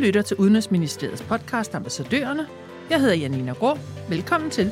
lytter til Udenrigsministeriets podcast Ambassadørerne. Jeg hedder Janina Grå. Velkommen til.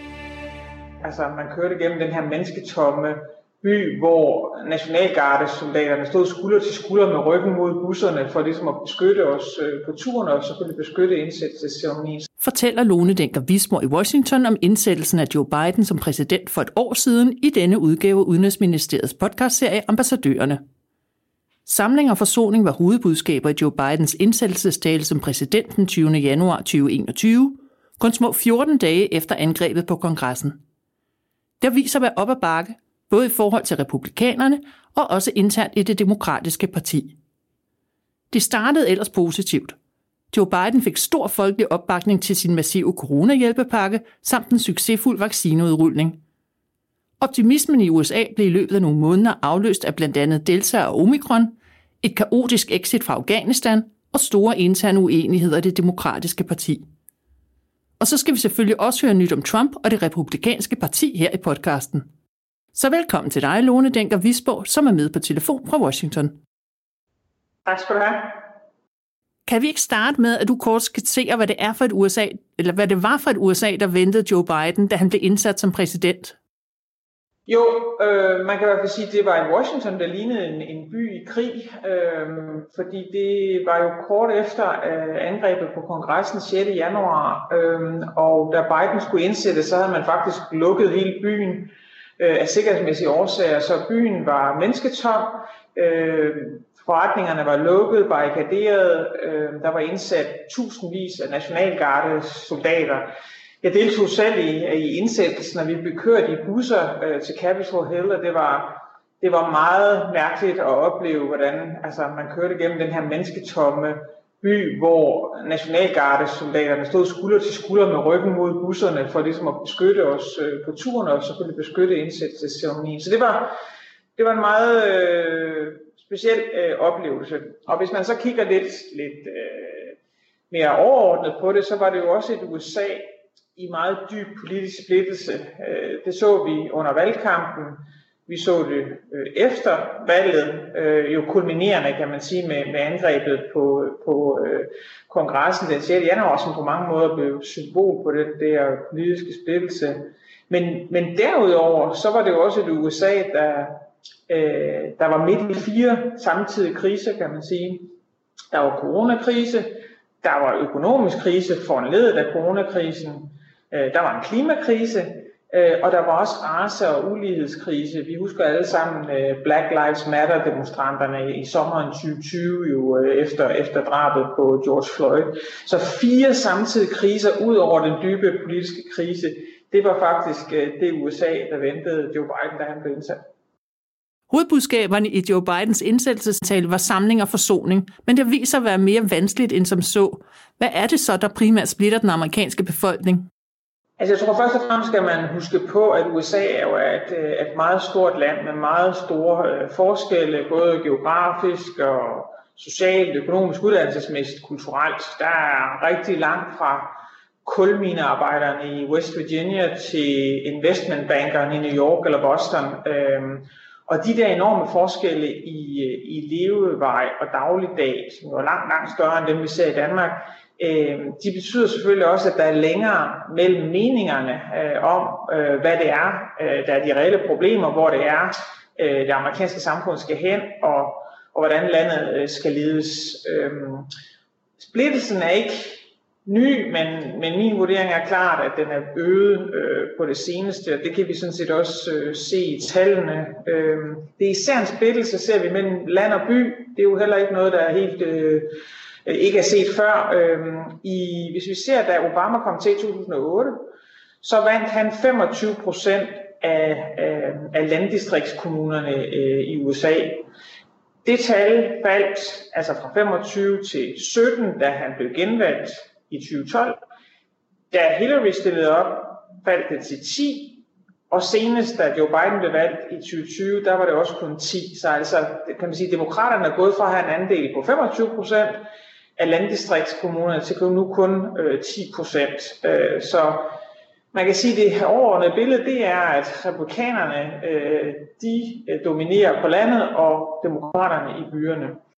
Altså, man kørte gennem den her mennesketomme by, hvor nationalgardesoldaterne stod skulder til skulder med ryggen mod busserne for ligesom at beskytte os på turen og selvfølgelig beskytte indsættelsesceremonien. Fortæller Lone Dencker Wismor i Washington om indsættelsen af Joe Biden som præsident for et år siden i denne udgave af Udenrigsministeriets podcastserie Ambassadørerne. Samling og forsoning var hovedbudskaber i Joe Bidens indsættelsestale som præsident den 20. januar 2021, kun små 14 dage efter angrebet på kongressen. Der viser at være op ad bakke, både i forhold til republikanerne og også internt i det demokratiske parti. Det startede ellers positivt. Joe Biden fik stor folkelig opbakning til sin massive coronahjælpepakke samt en succesfuld vaccineudrulning. Optimismen i USA blev i løbet af nogle måneder afløst af blandt andet Delta og Omikron, et kaotisk exit fra Afghanistan og store interne uenigheder i det demokratiske parti. Og så skal vi selvfølgelig også høre nyt om Trump og det republikanske parti her i podcasten. Så velkommen til dig, Lone Dencker Wismor, som er med på telefon fra Washington. Tak skal du have. Kan vi ikke starte med, at du kort skitserer, hvad det er for et USA, eller hvad det var for et USA, der ventede Joe Biden, da han blev indsat som præsident? Jo, man kan i hvert fald sige, at det var i Washington, der lignede en by i krig, fordi det var jo kort efter angrebet på kongressen 6. januar, og da Biden skulle indsætte, så havde man faktisk lukket hele byen af sikkerhedsmæssige årsager, så byen var mennesketom, forretningerne var lukket, barrikaderet, der var indsat tusindvis af nationalgardesoldater. Jeg deltog selv i indsættelsen, og vi blev kørt i busser til Capitol Hill, og det var meget mærkeligt at opleve, hvordan man kørte gennem den her mennesketomme by, hvor nationalgardesoldaterne stod skulder til skulder med ryggen mod busserne for ligesom at beskytte os på turen og selvfølgelig beskytte indsættelsesceremonien. Så det var en meget speciel oplevelse. Og hvis man så kigger lidt mere overordnet på det, så var det jo også et USA i meget dyb politisk splittelse. Det så vi under valgkampen. Vi så det efter valget, jo kulminerende, kan man sige, med angrebet på kongressen den 6. januar, som på mange måder blev symbol på den der politiske splittelse. Men derudover, så var det jo også et USA, der var midt i 4 samtidige kriser, kan man sige. Der var coronakrise, der var økonomisk krise foranledet af coronakrisen, der var en klimakrise, og der var også race- og ulighedskrise. Vi husker alle sammen Black Lives Matter-demonstranterne i sommeren 2020, jo efter drabet på George Floyd. Så 4 samtidige kriser ud over den dybe politiske krise, det var faktisk det USA, der ventede Joe Biden, da han blev indsat. Hovedbudskaberne i Joe Bidens indsættelsestale var samling og forsoning, men det viser at være mere vanskeligt end som så. Hvad er det så, der primært splitter den amerikanske befolkning? Altså jeg tror først og fremmest skal man huske på, at USA er jo et meget stort land med meget store forskelle, både geografisk og socialt, økonomisk, uddannelsesmæssigt, kulturelt. Der er rigtig langt fra kulminearbejderne i West Virginia til investmentbankerne i New York eller Boston. Og de der enorme forskelle i levevej og dagligdag, som er langt større end dem, vi ser i Danmark, de betyder selvfølgelig også, at der er længere mellem meningerne om, hvad det er, der er de reelle problemer, hvor det er, det amerikanske samfund skal hen, og hvordan landet skal ledes. Splittelsen er ikke ny, men min vurdering er klart, at den er øget på det seneste, og det kan vi sådan set også se i tallene. Det er især en splittelse, ser vi mellem land og by. Det er jo heller ikke noget, der er helt ikke er set før. Hvis vi ser, da Obama kom til i 2008, så vandt han 25% af landdistriktskommunerne i USA. Det tal faldt altså fra 25 til 17, da han blev genvalgt i 2012. Da Hillary stillede op, faldt det til 10, og senest da Joe Biden blev valgt i 2020, der var det også kun 10. Så altså, kan man sige, at demokraterne er gået fra at have en andel på 25% af landdistriktskommunerne til nu kun 10%. Så man kan sige, at det overordnede billede, det er, at republikanerne de dominerer på landet, og demokraterne i byerne.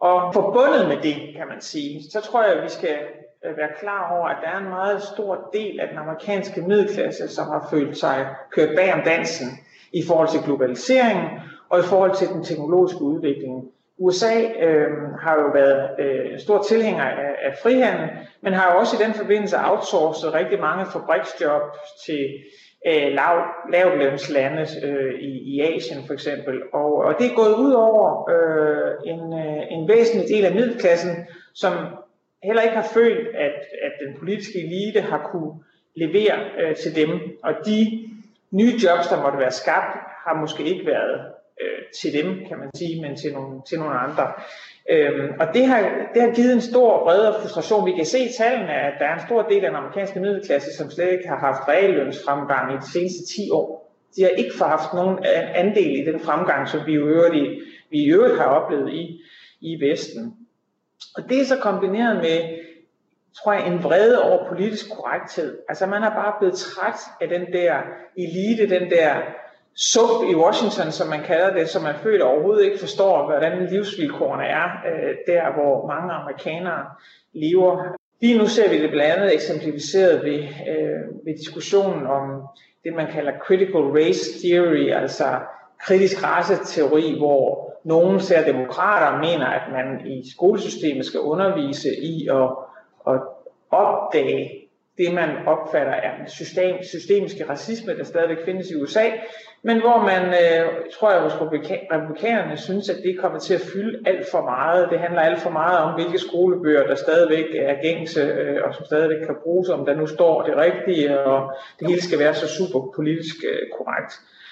Og forbundet med det, kan man sige, så tror jeg, at vi skal være klar over, at der er en meget stor del af den amerikanske middelklasse, som har følt sig kørt bag om dansen i forhold til globaliseringen og i forhold til den teknologiske udvikling. USA har jo været en stor tilhænger af frihandel, men har jo også i den forbindelse outsourcet rigtig mange fabriksjobs til lavtlønslande i Asien for eksempel. Og det er gået ud over en væsentlig del af middelklassen, som heller ikke har følt, at den politiske elite har kunne levere til dem. Og de nye jobs, der måtte være skabt, har måske ikke været til dem, kan man sige, men til nogle andre. Og det har givet en stor bredere frustration. Vi kan se i tallene, at der er en stor del af den amerikanske middelklasse, som slet ikke har haft reallønsfremgang i de seneste 10 år. De har ikke haft nogen andel i den fremgang, som vi i øvrigt har oplevet i Vesten. Og det er så kombineret med, tror jeg, en vrede over politisk korrekthed. Altså man er bare blevet træt af den der elite, den der sump i Washington, som man kalder det, som man føler overhovedet ikke forstår, hvordan livsvilkårene er, der hvor mange amerikanere lever. Lige nu ser vi det blandt andet eksemplificeret ved diskussionen om det, man kalder critical race theory, altså kritisk raceteori, hvor nogle ser demokrater mener, at man i skolesystemet skal undervise i at opdage det, man opfatter er den systemiske racisme, der stadigvæk findes i USA, men hvor man, tror jeg, hos republikanerne synes, at det kommer til at fylde alt for meget. Det handler alt for meget om, hvilke skolebøger, der stadigvæk er gængse, og som stadigvæk kan bruges, om der nu står det rigtige, og det hele skal være så super politisk korrekt.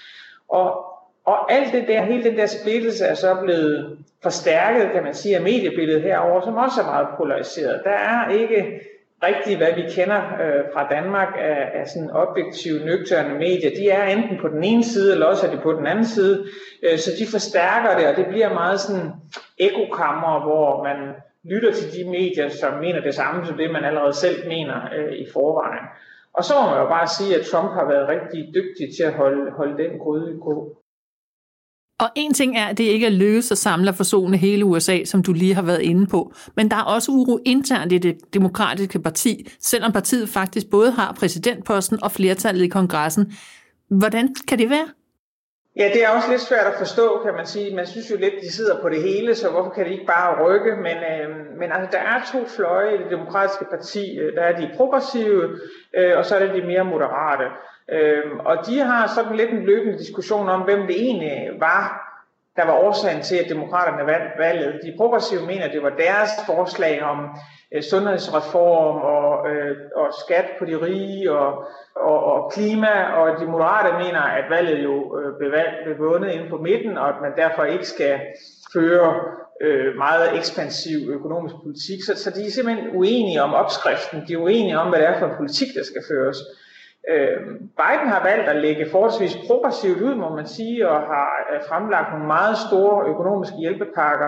Og alt det der, hele den der splittelse er så blevet forstærket, kan man sige, af mediebilledet herover, som også er meget polariseret. Der er ikke rigtigt, hvad vi kender fra Danmark af sådan objektive, nøgterne medier. De er enten på den ene side, eller også er de på den anden side. Så de forstærker det, og det bliver meget sådan ekokammer, hvor man lytter til de medier, som mener det samme som det, man allerede selv mener i forvejen. Og så må man jo bare sige, at Trump har været rigtig dygtig til at holde den gryde i kog. Og en ting er, at det ikke er lykkedes at samle og forsone hele USA, som du lige har været inde på. Men der er også uro internt i det demokratiske parti, selvom partiet faktisk både har præsidentposten og flertallet i kongressen. Hvordan kan det være? Ja, det er også lidt svært at forstå, kan man sige. Man synes jo lidt, de sidder på det hele, så hvorfor kan de ikke bare rykke? Men altså, der er to fløje i det demokratiske parti. Der er de progressive, og så er det de mere moderate. Og de har sådan lidt en løbende diskussion om, hvem det egentlig var, der var årsagen til, at demokraterne vandt valget. De progressive mener, at det var deres forslag om sundhedsreform og skat på de rige og klima, og de moderate mener, at valget jo blev vundet inde på midten, og at man derfor ikke skal føre meget ekspansiv økonomisk politik. Så de er simpelthen uenige om opskriften, de er uenige om, hvad det er for en politik, der skal føres. Biden har valgt at lægge forholdsvis progressivt ud, må man sige, og har fremlagt nogle meget store økonomiske hjælpepakker.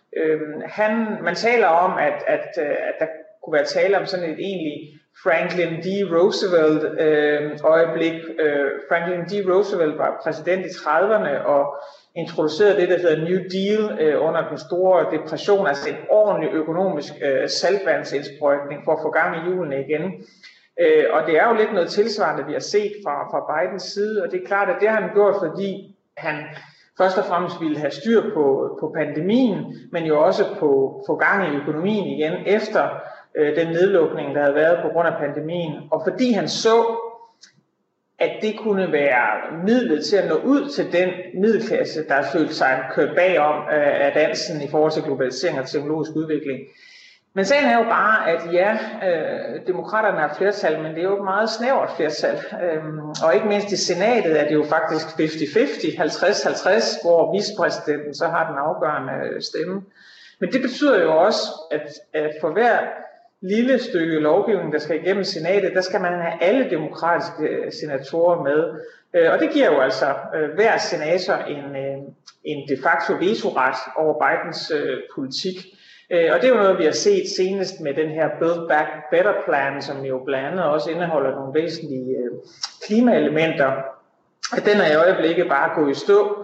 Man taler om, at der kunne være tale om sådan et egentlig Franklin D. Roosevelt øjeblik. Franklin D. Roosevelt var præsident i 30'erne og introducerede det, der hedder New Deal under den store depression, altså en ordentlig økonomisk saltvandsindsprøjtning for at få gang i hjulene igen. Og det er jo lidt noget tilsvarende, vi har set fra Bidens side, og det er klart, at det har han gjort, fordi han først og fremmest ville have styr på pandemien, men jo også få gang i økonomien igen efter den nedlukning, der havde været på grund af pandemien. Og fordi han så, at det kunne være midlet til at nå ud til den middelklasse, der følte sig kørt bagom af dansen i forhold til globalisering og teknologisk udvikling. Men sagen er jo bare, at ja, demokraterne har flertal, men det er jo et meget snævert flertal. Og ikke mindst i senatet er det jo faktisk 50-50, 50-50, hvor vicepræsidenten så har den afgørende stemme. Men det betyder jo også, at for hver lille stykke lovgivning, der skal igennem senatet, der skal man have alle demokratiske senatorer med. Og det giver jo altså hver senator en de facto vetoret over Bidens politik. Og det er jo noget, vi har set senest med den her Build Back Better plan, som jo blandt andet også indeholder nogle væsentlige klimaelementer. Den er i øjeblikket bare gået i stå.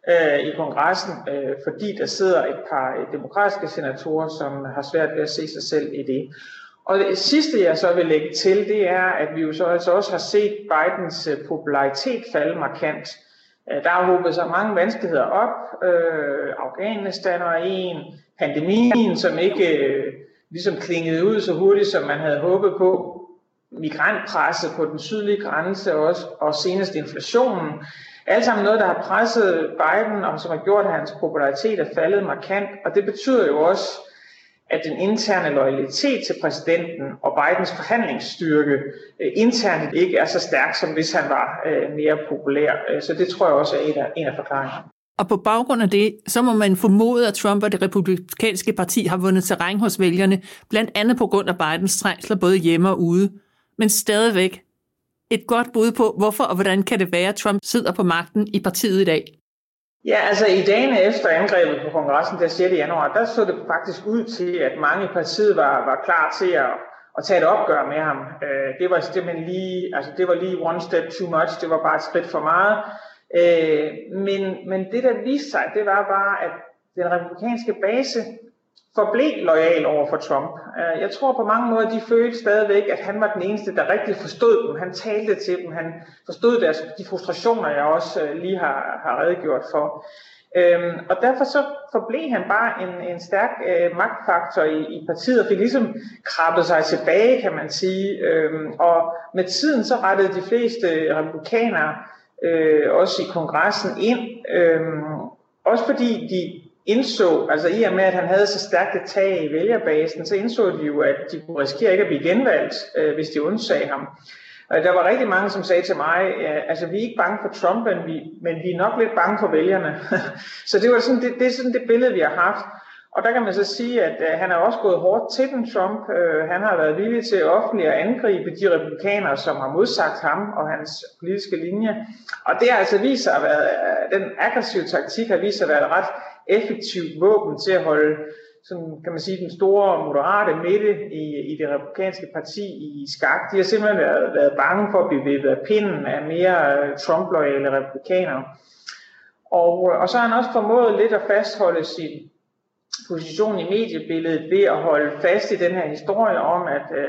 i kongressen, fordi der sidder et par demokratiske senatorer, som har svært ved at se sig selv i det. Og det sidste, jeg så vil lægge til, det er, at vi jo så altså også har set Bidens popularitet falde markant. Der har hobet sig mange vanskeligheder op. Afghanistan var en, pandemien, som ikke ligesom klingede ud så hurtigt, som man havde håbet på. Migrantpresset på den sydlige grænse også, og senest inflationen. Alt sammen noget, der har presset Biden, og som har gjort, at hans popularitet er faldet markant. Og det betyder jo også, at den interne loyalitet til præsidenten og Bidens forhandlingsstyrke internt ikke er så stærk, som hvis han var mere populær. Så det tror jeg også er en af forklaringerne. Og på baggrund af det, så må man formode, at Trump og det republikanske parti har vundet terræn hos vælgerne, blandt andet på grund af Bidens trængsler både hjemme og ude. Men stadigvæk et godt bud på, hvorfor og hvordan kan det være, at Trump sidder på magten i partiet i dag? Ja, altså i dagene efter angrebet på kongressen den 6. januar, der så det faktisk ud til, at mange i partiet var klar til at tage et opgør med ham. Det var simpelthen det var lige one step too much, det var bare et skridt for meget. Men det, der viste sig, det var bare, at den republikanske base forblev loyal over for Trump. Jeg tror på mange måder, de følte stadigvæk, at han var den eneste, der rigtig forstod dem. Han talte til dem, han forstod de frustrationer, jeg også lige har redegjort for. Og derfor så forblev han bare en stærk magtfaktor i partiet, og fik ligesom krabbet sig tilbage, kan man sige. Og med tiden så rettede de fleste republikanere også i kongressen ind, også fordi de indså, altså i og med at han havde så stærkt et tag i vælgerbasen, så indså de jo, at de kunne risikere ikke at blive genvalgt, hvis de undsagde ham. Og der var rigtig mange, som sagde til mig, altså vi er ikke bange for Trump, men vi er nok lidt bange for vælgerne. Så det var sådan, det er sådan det billede, vi har haft. Og der kan man så sige, at han har også gået hårdt til den, Trump. Han har været villig til offentligt at angribe de republikanere, som har modsagt ham og hans politiske linje. Og det har altså vist sig at være, den aggressive taktik har vist sig at være et ret effektivt våben til at holde, sådan kan man sige, den store moderate midte i det republikanske parti i skak. De har simpelthen været bange for at blive vippet af pinden af mere Trump-loyale republikanere. Og så har han også formået lidt at fastholde sin position i mediebilledet ved at holde fast i den her historie om,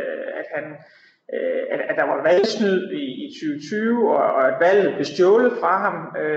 at der var valgsnyd i 2020, og at valget blev stjålet fra ham.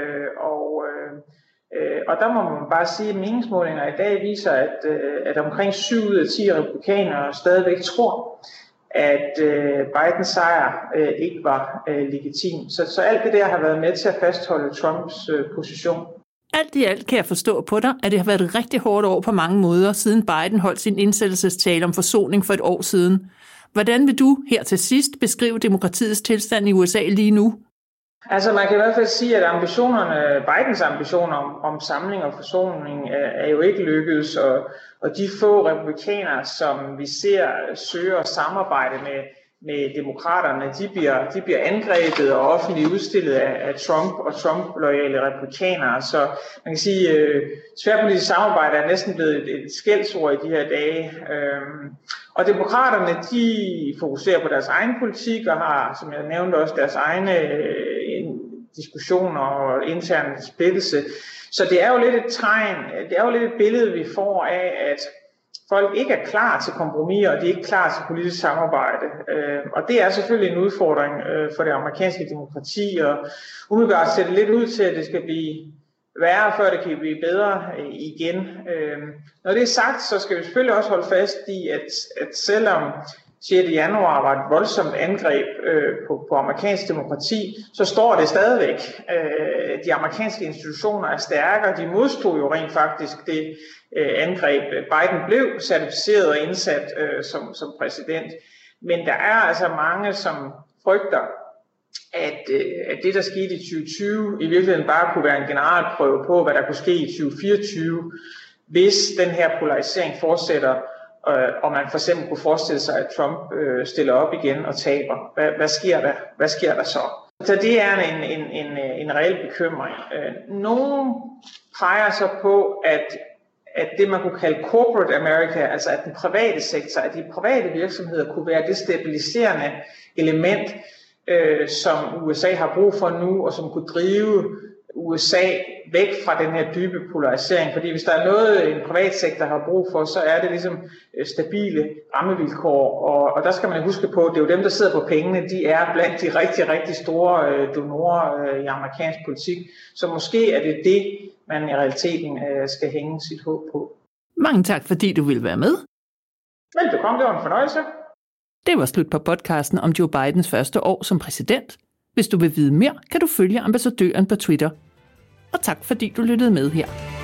Og der må man bare sige, at meningsmålinger i dag viser, at omkring 7 ud af 10 republikanere stadigvæk tror, at Bidens sejr ikke var legitim. Så alt det der har været med til at fastholde Trumps position. Alt i alt kan jeg forstå på dig, at det har været et rigtig hårdt år på mange måder, siden Biden holdt sin indsættelsestale om forsoning for et år siden. Hvordan vil du her til sidst beskrive demokratiets tilstand i USA lige nu? Altså man kan i hvert fald sige, at Bidens ambitioner om samling og forsoning er jo ikke lykkedes, og de få republikanere, som vi ser søger at samarbejde med demokraterne, de bliver angrebet og offentligt udstillet af Trump og Trump-loyale republikanere. Så man kan sige, at tværpolitisk samarbejde er næsten blevet et skældsord i de her dage. Og demokraterne, de fokuserer på deres egen politik og har, som jeg nævnte, også deres egne diskussioner og intern splittelse. Så det er jo lidt et tegn, det er jo lidt et billede, vi får af, at folk ikke er klar til kompromiser, og de er ikke klar til politisk samarbejde. Og det er selvfølgelig en udfordring for det amerikanske demokrati, og umiddelbart ser det lidt ud til, at det skal blive værre, før det kan blive bedre igen. Når det er sagt, så skal vi selvfølgelig også holde fast i, at selvom 6. januar var et voldsomt angreb på amerikansk demokrati, så står det stadigvæk. De amerikanske institutioner er stærke, og de modstod jo rent faktisk det angreb. Biden blev certificeret og indsat som præsident. Men der er altså mange, som frygter, at det, der skete i 2020, i virkeligheden bare kunne være en generalprøve på, hvad der kunne ske i 2024, hvis den her polarisering fortsætter, og man for eksempel kunne forestille sig, at Trump stiller op igen og taber. Hvad sker der så? Så det er en reel bekymring. Nogle peger så på, at det man kunne kalde corporate America, altså at den private sektor, at de private virksomheder kunne være det stabiliserende element, som USA har brug for nu, og som kunne drive USA væk fra den her dybe polarisering, fordi hvis der er noget, en privatsektor har brug for, så er det ligesom stabile rammevilkår, og der skal man huske på, at det er jo dem, der sidder på pengene, de er blandt de rigtig, rigtig store donorer i amerikansk politik, så måske er det, man i realiteten skal hænge sit håb på. Mange tak, fordi du ville være med. Velbekomme, det var en fornøjelse. Det var slut på podcasten om Joe Bidens første år som præsident. Hvis du vil vide mere, kan du følge ambassadøren på Twitter. Og tak fordi du lyttede med her.